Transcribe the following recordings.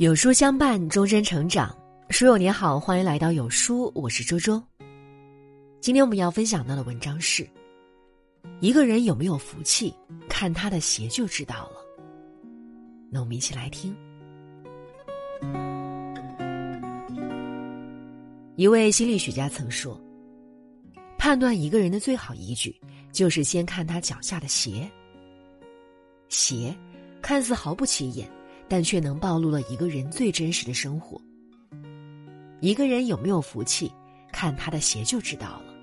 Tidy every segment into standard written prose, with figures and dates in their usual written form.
有书相伴，终身成长。书友你好，欢迎来到有书，我是周周。今天我们要分享到的文章是：一个人有没有福气，看他的鞋就知道了。那我们一起来听。一位心理学家曾说，判断一个人的最好依据，就是先看他脚下的鞋。鞋看似毫不起眼，但却能暴露了一个人最真实的生活。一个人有没有福气，看他的鞋就知道了。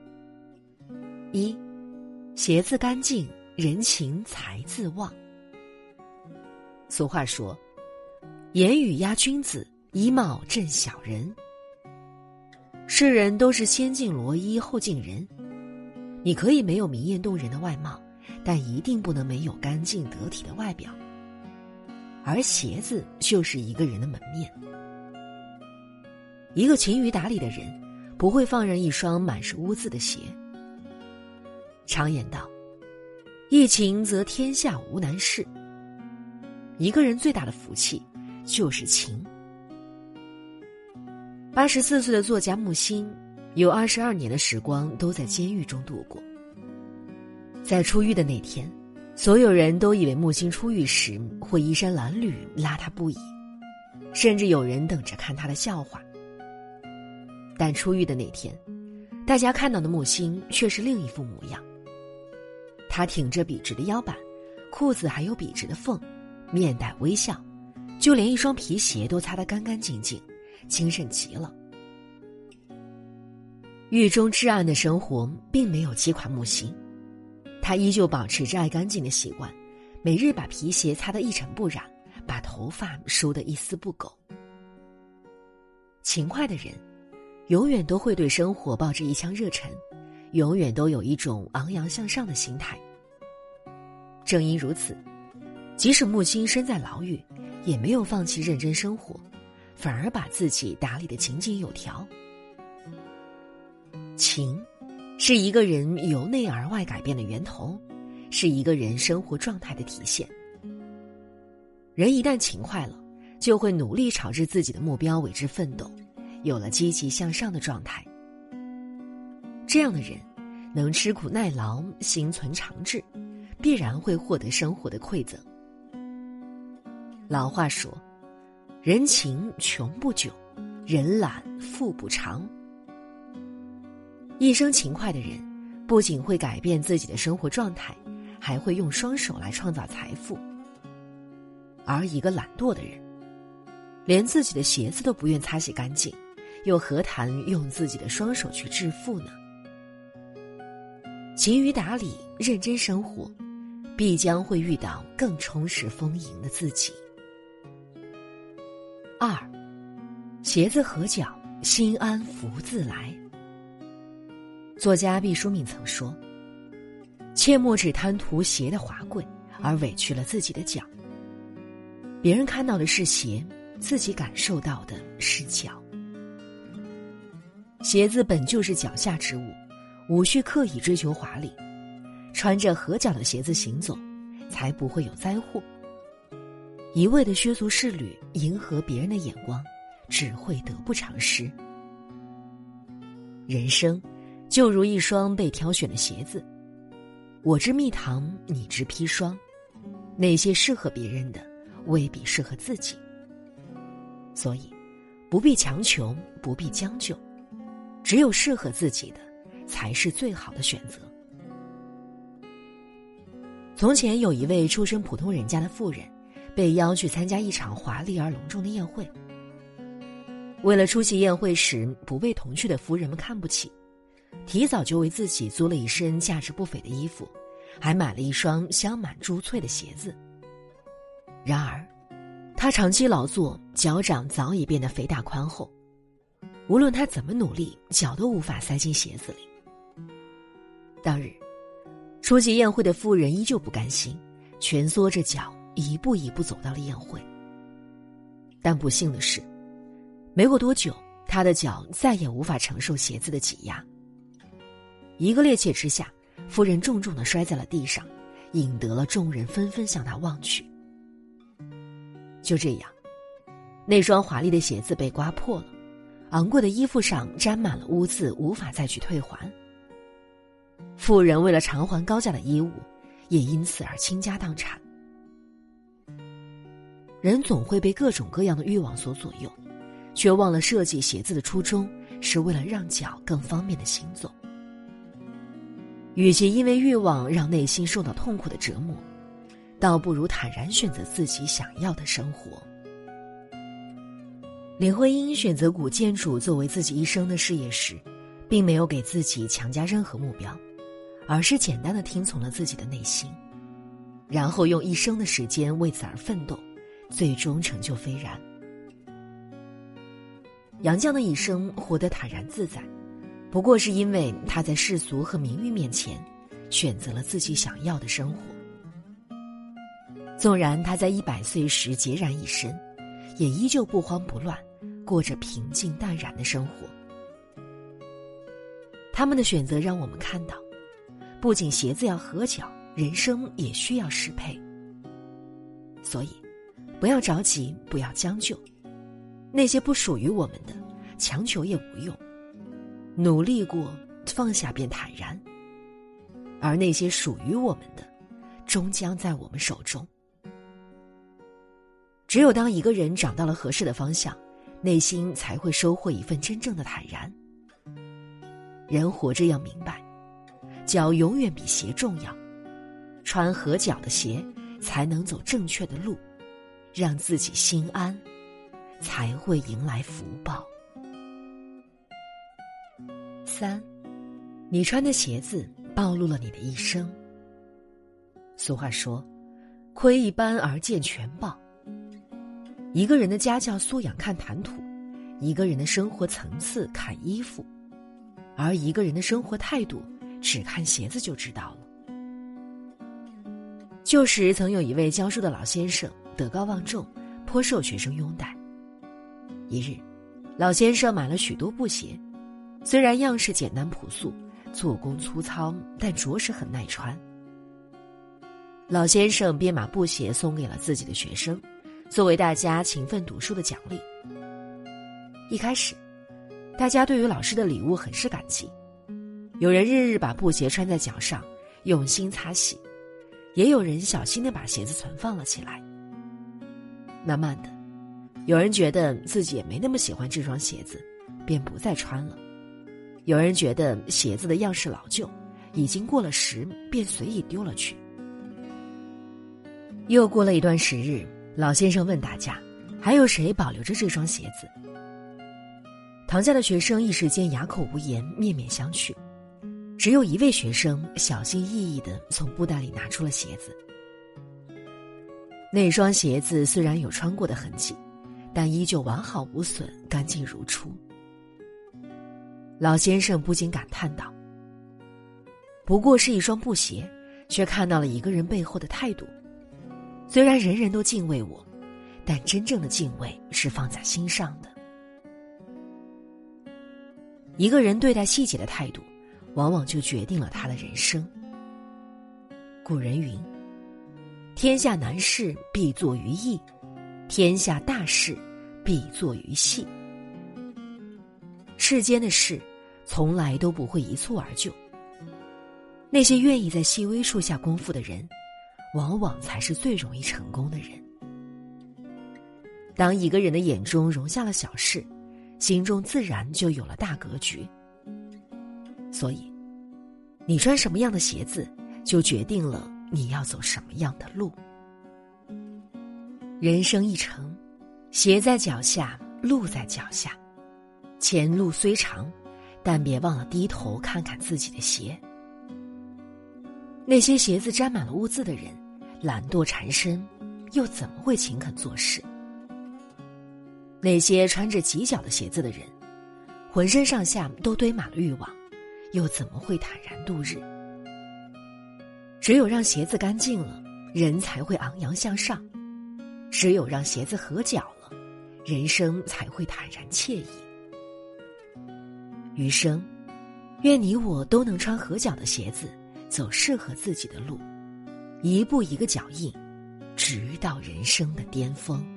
一，鞋子干净，人情才自旺。俗话说，言语压君子，衣帽震小人。世人都是先敬罗衣后敬人，你可以没有明艳动人的外貌，但一定不能没有干净得体的外表。而鞋子就是一个人的门面。一个勤于打理的人，不会放任一双满是污渍的鞋。常言道，一勤则天下无难事。一个人最大的福气就是勤。84岁的作家木心，有22年的时光都在监狱中度过。在出狱的那天，所有人都以为木心出狱时会衣衫褴褛，邋遢不已，甚至有人等着看他的笑话。但出狱的那天，大家看到的木心却是另一副模样。他挺着笔直的腰板，裤子还有笔直的缝，面带微笑，就连一双皮鞋都擦得干干净净，精神极了。狱中至暗的生活并没有击垮木心，他依旧保持着爱干净的习惯，每日把皮鞋擦得一尘不染，把头发梳得一丝不苟。勤快的人永远都会对生活抱着一腔热忱，永远都有一种昂扬向上的心态。正因如此，即使木心身在牢狱，也没有放弃认真生活，反而把自己打理得井井有条。勤是一个人由内而外改变的源头，是一个人生活状态的体现。人一旦勤快了，就会努力朝着自己的目标为之奋斗，有了积极向上的状态。这样的人能吃苦耐劳，心存长志，必然会获得生活的馈赠。老话说，人勤穷不久，人懒富不长。一生勤快的人，不仅会改变自己的生活状态，还会用双手来创造财富。而一个懒惰的人，连自己的鞋子都不愿擦洗干净，又何谈用自己的双手去致富呢？勤于打理，认真生活，必将会遇到更充实丰盈的自己。二，鞋子合脚，心安福自来。作家毕淑敏曾说，切莫只贪图鞋的华贵，而委屈了自己的脚。别人看到的是鞋，自己感受到的是脚。鞋子本就是脚下之物，无需刻意追求华丽，穿着合脚的鞋子行走，才不会有灾祸。一味的削足适履，迎合别人的眼光，只会得不偿失。人生就如一双被挑选的鞋子，我知蜜糖，你知砒霜，那些适合别人的，未必适合自己。所以不必强求，不必将就，只有适合自己的才是最好的选择。从前有一位出身普通人家的妇人，被邀去参加一场华丽而隆重的宴会。为了出席宴会时不被同去的夫人们看不起，提早就为自己租了一身价值不菲的衣服，还买了一双镶满珠翠的鞋子。然而他长期劳作，脚掌早已变得肥大宽厚，无论他怎么努力，脚都无法塞进鞋子里。当日出席宴会的妇人依旧不甘心，蜷缩着脚一步一步走到了宴会。但不幸的是，没过多久，他的脚再也无法承受鞋子的挤压。一个趔趄之下，夫人重重地摔在了地上，引得了众人纷纷向他望去。就这样， 那双华丽的鞋子被刮破了，昂贵的衣服上沾满了污渍，无法再去退还。富人为了偿还高价的衣物，也因此而倾家荡产。人总会被各种各样的欲望所左右，却忘了设计鞋子的初衷是为了让脚更方便的行走。与其因为欲望让内心受到痛苦的折磨，倒不如坦然选择自己想要的生活。林徽因选择古建筑作为自己一生的事业时，并没有给自己强加任何目标，而是简单的听从了自己的内心，然后用一生的时间为此而奋斗，最终成就斐然。杨绛的一生活得坦然自在，不过是因为他在世俗和名誉面前选择了自己想要的生活。纵然他在100岁时孑然一身，也依旧不慌不乱，过着平静淡然的生活。他们的选择让我们看到，不仅鞋子要合脚，人生也需要适配。所以不要着急，不要将就，那些不属于我们的，强求也无用，努力过，放下便坦然。而那些属于我们的，终将在我们手中。只有当一个人找到了合适的方向，内心才会收获一份真正的坦然。人活着要明白，脚永远比鞋重要，穿合脚的鞋才能走正确的路，让自己心安，才会迎来福报。3，你穿的鞋子暴露了你的一生。俗话说，窥一斑而见全豹。一个人的家教素养看谈吐，一个人的生活层次看衣服，而一个人的生活态度只看鞋子就知道了。旧时曾有一位教书的老先生，德高望重，颇受学生拥戴。一日，老先生买了许多布鞋，虽然样式简单朴素，做工粗糙，但着实很耐穿。老先生便把布鞋送给了自己的学生，作为大家勤奋读书的奖励。一开始，大家对于老师的礼物很是感激，有人日日把布鞋穿在脚上，用心擦洗，也有人小心地把鞋子存放了起来。慢慢的，有人觉得自己也没那么喜欢这双鞋子，便不再穿了。有人觉得鞋子的样式老旧，已经过了时，便随意丢了去。又过了一段时日，老先生问大家，还有谁保留着这双鞋子？堂下的学生一时间哑口无言，面面相觑。只有一位学生小心翼翼地从布袋里拿出了鞋子。那双鞋子虽然有穿过的痕迹，但依旧完好无损，干净如初。老先生不禁感叹道，不过是一双布鞋，却看到了一个人背后的态度。虽然人人都敬畏我，但真正的敬畏是放在心上的。一个人对待细节的态度，往往就决定了他的人生。古人云，天下难事必作于易，天下大事必作于细。世间的事从来都不会一蹴而就，那些愿意在细微处下功夫的人，往往才是最容易成功的人。当一个人的眼中容下了小事，心中自然就有了大格局。所以，你穿什么样的鞋子，就决定了你要走什么样的路。人生一程，鞋在脚下，路在脚下。前路虽长，但别忘了低头看看自己的鞋。那些鞋子沾满了污渍的人，懒惰缠身，又怎么会勤恳做事？那些穿着挤脚的鞋子的人，浑身上下都堆满了欲望，又怎么会坦然度日？只有让鞋子干净了，人才会昂扬向上；只有让鞋子合脚了，人生才会坦然惬意。余生，愿你我都能穿合脚的鞋子，走适合自己的路，一步一个脚印，直到人生的巅峰。